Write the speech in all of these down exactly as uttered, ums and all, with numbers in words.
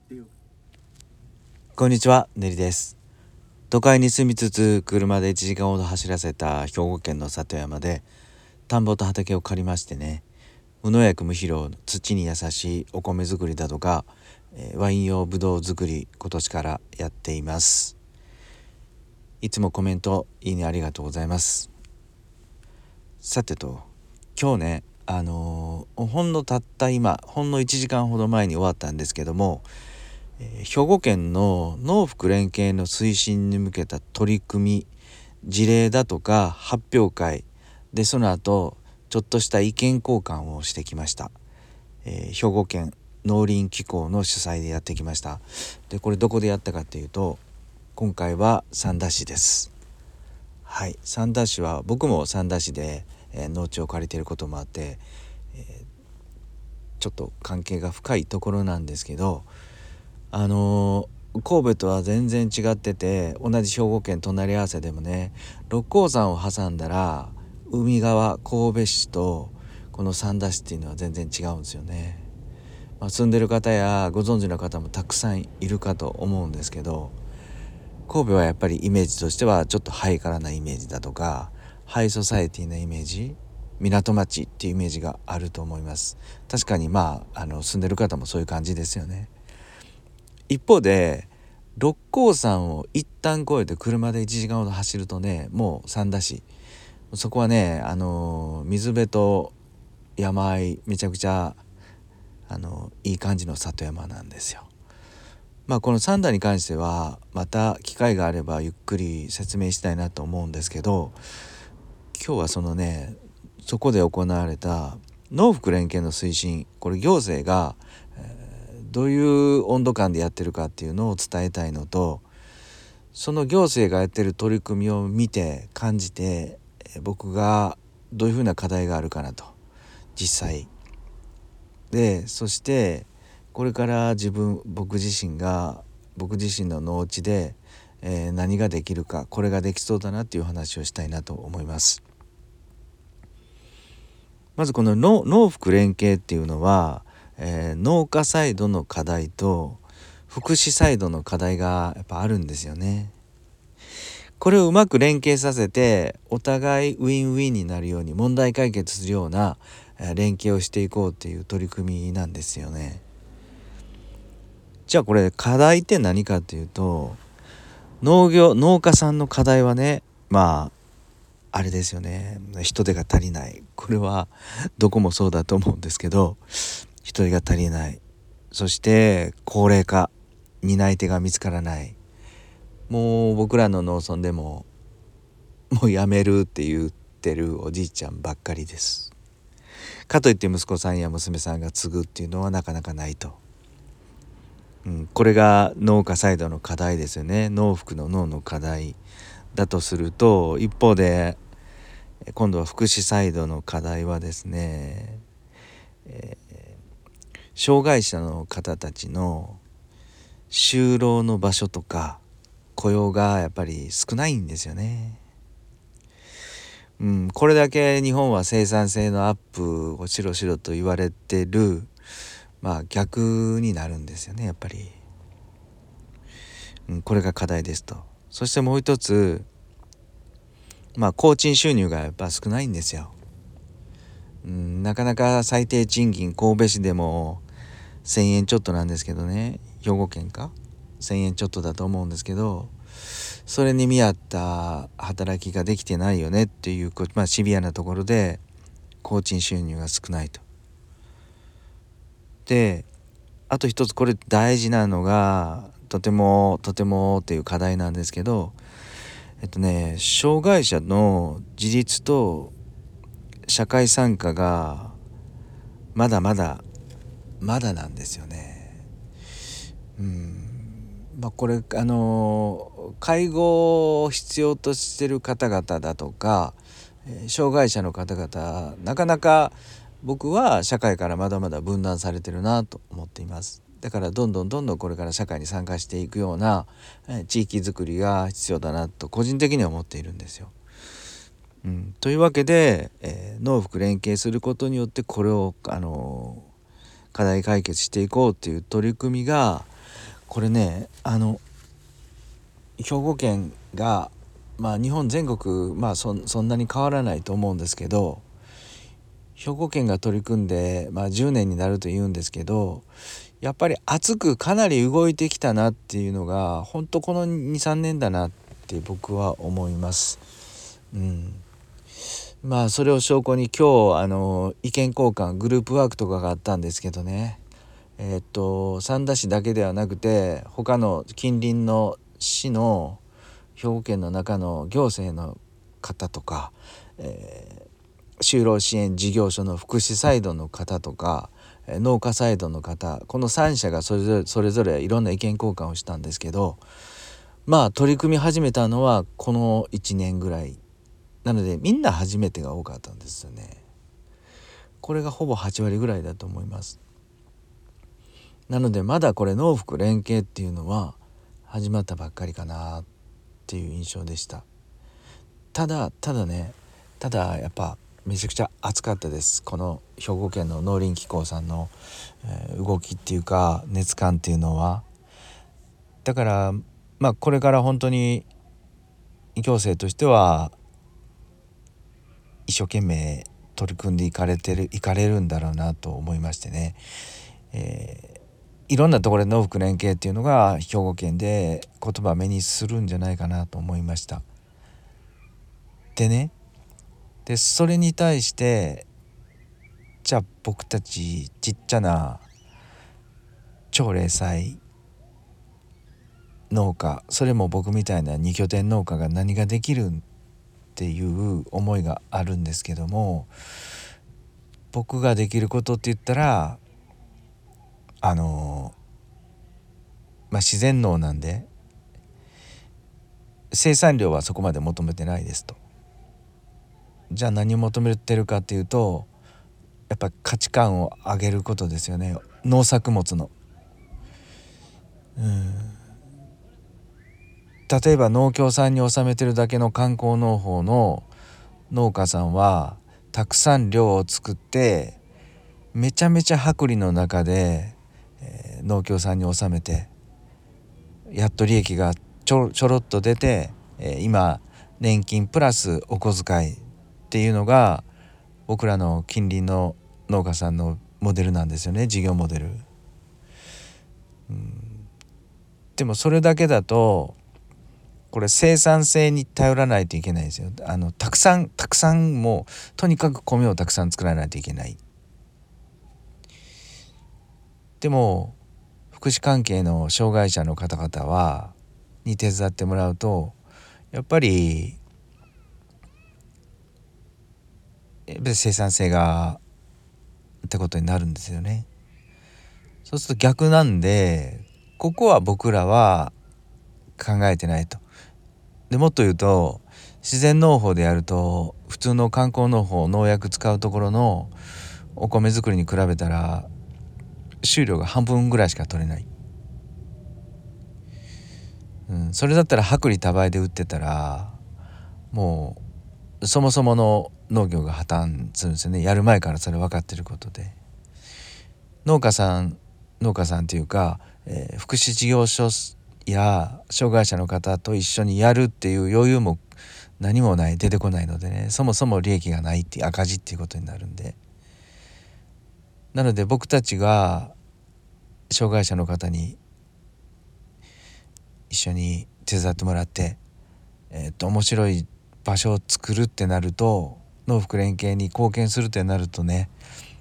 こんにちは、ねりです。都会に住みつつ車でいちじかんほど走らせた兵庫県の里山で田んぼと畑を借りましてね、無農薬無肥料、土に優しいお米作りだとか、えーワイン用ぶどう作り、今年からやっています。いつもコメントいいねありがとうございます。さてと、今日ねあのーほんのたった今ほんのいちじかんほど前に終わったんですけども、えー兵庫県の農福連携の推進に向けた取り組み、事例だとか発表会で、その後ちょっとした意見交換をしてきました。えー兵庫県農林機構の主催でやってきました。でこれどこでやったかっていうと、今回は三田市です。はい、三田市は僕も三田市で、えー農地を借りていることもあって、えーちょっと関係が深いところなんですけど、あのー神戸とは全然違ってて、同じ兵庫県隣り合わせでもね、六甲山を挟んだら海側神戸市とこの三田市っていうのは全然違うんですよね。まあ、住んでる方やご存知の方もたくさんいるかと思うんですけど、神戸はやっぱりイメージとしてはちょっとハイカラなイメージだとか、ハイソサエティなイメージ、港町っていうイメージがあると思います。確かにまあ、あの住んでる方もそういう感じですよね。一方で六甲山を一旦越えて車でいちじかんほど走るとね、もう三田市、そこはね、あの水辺と山あい、めちゃくちゃあのいい感じの里山なんですよ。まあこの三田に関してはまた機会があればゆっくり説明したいなと思うんですけど、今日はそのね、そこで行われた農福連携の推進、これ行政がどういう温度感でやってるかっていうのを伝えたいのと、その行政がやってる取り組みを見て感じて、僕がどういうふうな課題があるかなと、実際で、そしてこれから自分僕自身が僕自身の農地で、えー何ができるか、これができそうだなっていう話をしたいなと思います。まずこの農農福連携っていうのは、えー農家サイドの課題と福祉サイドの課題がやっぱあるんですよね。これをうまく連携させて、お互いウィンウィンになるように、問題解決するようなえー連携をしていこうっていう取り組みなんですよね。じゃあこれ課題って何かっていうと、農業農家さんの課題はね、まああれですよね、人手が足りない。これはどこもそうだと思うんですけど、人手が足りない、そして高齢化、担い手が見つからない。もう僕らの農村でももう辞めるって言ってるおじいちゃんばっかりです。かといって息子さんや娘さんが継ぐっていうのはなかなかないと、うん、これが農家サイドの課題ですよね。農福の農の課題だとすると、一方で今度は福祉サイドの課題はですね、えー障害者の方たちの就労の場所とか雇用がやっぱり少ないんですよね。うん、これだけ日本は生産性のアップをしろしろと言われてる、まあ逆になるんですよね、やっぱり。うん、これが課題ですと。そしてもう一つ、まあ工賃収入がやっぱ少ないんですよ。うん、なかなか最低賃金、神戸市でもせんえんちょっとなんですけどね、兵庫県かせんえんちょっとだと思うんですけど、それに見合った働きができてないよねっていう、まあ、シビアなところで工賃収入が少ないと。であと一つ、これ大事なのが、とてもとてもっていう課題なんですけど、えっとね障害者の自立と社会参加がまだまだまだなんですよね。うんまあ、これあの介護を必要としてる方々だとか、えー障害者の方々、なかなか僕は社会からまだまだ分断されてるなと思っています。だからどんどんどんどんこれから社会に参加していくような、えー地域づくりが必要だなと個人的には思っているんですよ。うん、というわけで、えー農福連携することによってこれを、あのー課題解決していこうっていう取り組みがこれね、あの兵庫県が、まあ、日本全国、まあ、そ, そんなに変わらないと思うんですけど、兵庫県が取り組んで、まあ、じゅうねんになると言うんですけど、やっぱり熱くかなり動いてきたなっていうのが本当この に,さん 年だなって僕は思います。うん、まあそれを証拠に今日あの意見交換グループワークとかがあったんですけどね、えーっと三田市だけではなくて他の近隣の市の兵庫県の中の行政の方とか、えー就労支援事業所の福祉サイドの方とか農家サイドの方、このさん社がそれぞれそれぞれいろんな意見交換をしたんですけど、まあ取り組み始めたのはこのいちねんぐらいなので、みんな初めてが多かったんですよね。これがほぼはち割ぐらいだと思います。なのでまだこれ農福連携っていうのは始まったばっかりかなっていう印象でした。ただただねただやっぱめちゃくちゃ熱かったです。この兵庫県の農林機構さんの、えー動きっていうか熱感っていうのは。だからまあこれから本当に行政としては一生懸命取り組んでいかれてるいかれるんだろうなと思いましてね、えーいろんなところで農福連携っていうのが兵庫県で言葉目にするんじゃないかなと思いました。でねでそれに対してじゃあ僕たちちっちゃな超零細農家、それも僕みたいな二拠点農家が何ができるっていう思いがあるんですけども、僕ができることって言ったらあのまあ自然農なんで生産量はそこまで求めてないですと。じゃあ何を求めてるかっていうと、やっぱ価値観を上げることですよね。農作物のうん例えば農協さんに納めてるだけの観光農法の農家さんはたくさん量を作ってめちゃめちゃ薄利の中で、えー農協さんに納めてやっと利益がちょちょろっと出て、えー今年金プラスお小遣いっていうのが僕らの近隣の農家さんのモデルなんですよね、事業モデル。でもそれだけだとこれ生産性に頼らないといけないですよ。あのたくさんたくさんもうとにかく米をたくさん作らないといけない。でも福祉関係の障害者の方々はに手伝ってもらうとやっぱりやっぱり生産性がってことになるんですよね。そうすると逆なんで、ここは僕らは考えてないと。でもっと言うと自然農法でやると普通の観光農法農薬使うところのお米作りに比べたら収量が半分ぐらいしか取れない、うん、それだったら薄利多売で売ってたらもうそもそもの農業が破綻するんですよね。やる前からそれ分かってることで、農家さん農家さんっていうか、えー福祉事業所や障害者の方と一緒にやるっていう余裕も何もない、出てこないのでね、そもそも利益がないっていう赤字っていうことになるんで、なので僕たちが障害者の方に一緒に手伝ってもらって、えーっと面白い場所を作るってなると、農福連携に貢献するってなるとね、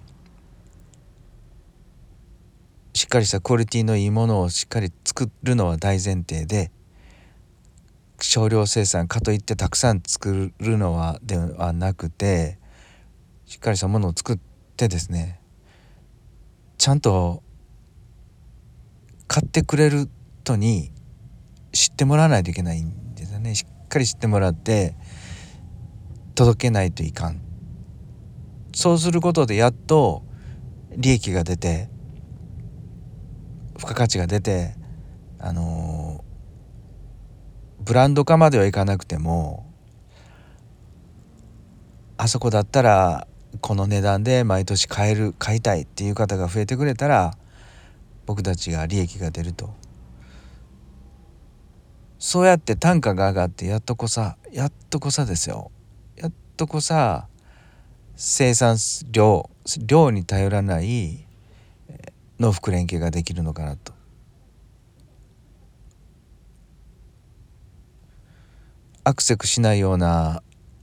しっかりしたクオリティのいいものをしっかり作るのは大前提で、少量生産かといってたくさん作るのはではなくて、しっかりしたものを作ってですね、ちゃんと買ってくれる人に知ってもらわないといけないんですよね。しっかり知ってもらって届けないといかん。そうすることでやっと利益が出て付加価値が出て、あのー、ブランド化まではいかなくてもあそこだったらこの値段で毎年買える買いたいっていう方が増えてくれたら僕たちが利益が出ると。 そうやって単価が上がってやっとこさやっとこさですよやっとこさ生産量量に頼らない農福連携ができるのかなと。アクセクしないような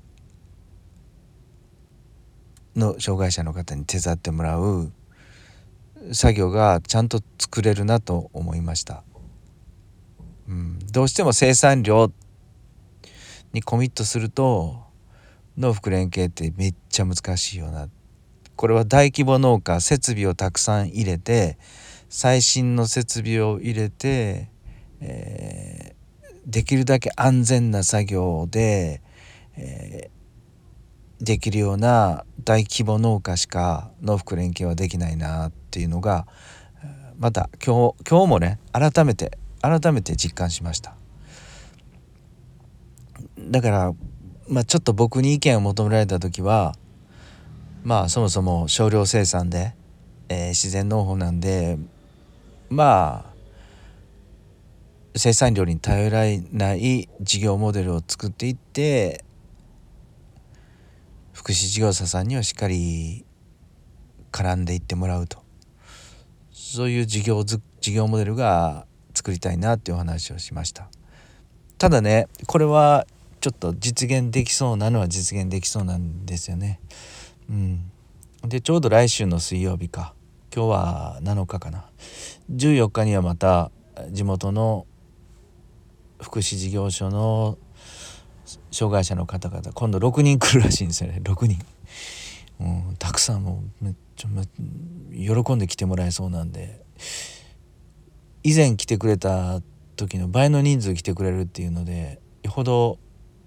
の障害者の方に手伝ってもらう作業がちゃんと作れるなと思いました。うん、どうしても生産量にコミットすると農福連携ってめっちゃ難しいよな。これは大規模農家設備をたくさん入れて最新の設備を入れて、えーできるだけ安全な作業で、えーできるような大規模農家しか農福連携はできないなっていうのがまた今日今日もね改めて改めて実感しました。だから、まあ、ちょっと僕に意見を求められた時はまあそもそも少量生産で、えー自然農法なんでまあ生産量に頼らない事業モデルを作っていって福祉事業者さんにはしっかり絡んでいってもらうと、そういう事業ず事業モデルが作りたいなっていうお話をしました。ただねこれはちょっと実現できそうなのは実現できそうなんですよね。うん、でちょうど来週の水曜日か今日はなのかかなじゅうよっかにはまた地元の福祉事業所の障害者の方々今度ろくにん来るらしいんですよね。ろくにん、うん、たくさんもうめっちゃ喜んで来てもらえそうなんで以前来てくれた時の倍の人数来てくれるっていうのでよほど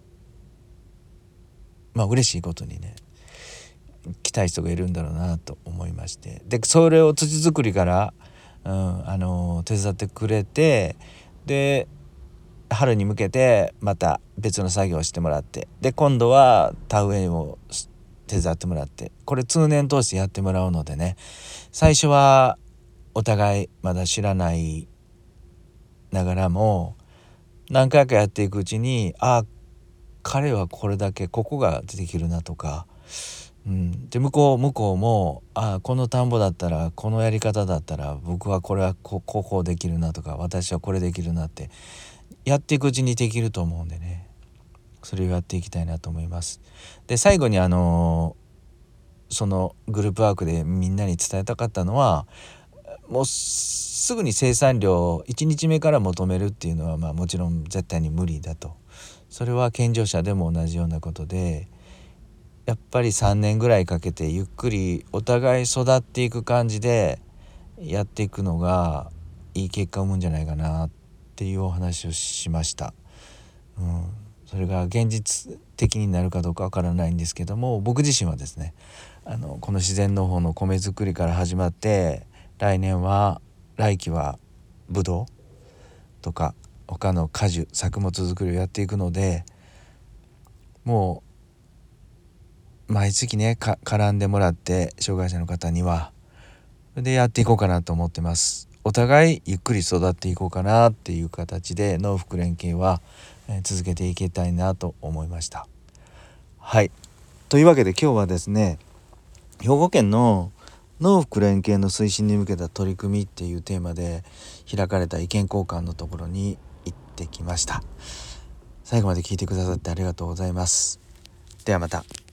まあ嬉しいことにね来たい人がいるんだろうなと思いまして、でそれを土作りから、うん、あの手伝ってくれてで春に向けてまた別の作業をしてもらってで今度は田植えを手伝ってもらってこれ通年通してやってもらうのでね最初はお互いまだ知らないながらも何回かやっていくうちにあ彼はこれだけここができるなとか、うん、で向こう向こうもあこの田んぼだったらこのやり方だったら僕はこれはこここうできるなとか私はこれできるなってやっていくうちにできると思うんでねそれをやっていきたいなと思います。で最後にあのそのグループワークでみんなに伝えたかったのはもうすぐに生産量いちにちめから求めるっていうのはまあもちろん絶対に無理だと。それは健常者でも同じようなことでやっぱりさんねんぐらいかけてゆっくりお互い育っていく感じでやっていくのがいい結果を生むんじゃないかなっていうお話をしました。うん、それが現実的になるかどうかわからないんですけども僕自身はですねあのこの自然農法の米作りから始まって来年は来期はブドウとか他の果樹作物作りをやっていくのでもう毎月ねか絡んでもらって障害者の方にはでやっていこうかなと思ってます。お互いゆっくり育っていこうかなっていう形で農福連携は、えー続けていきたいなと思いました。はいというわけで今日はですね兵庫県の農福連携の推進に向けた取り組みっていうテーマで開かれた意見交換のところに行ってきました。最後まで聞いてくださってありがとうございます。ではまた。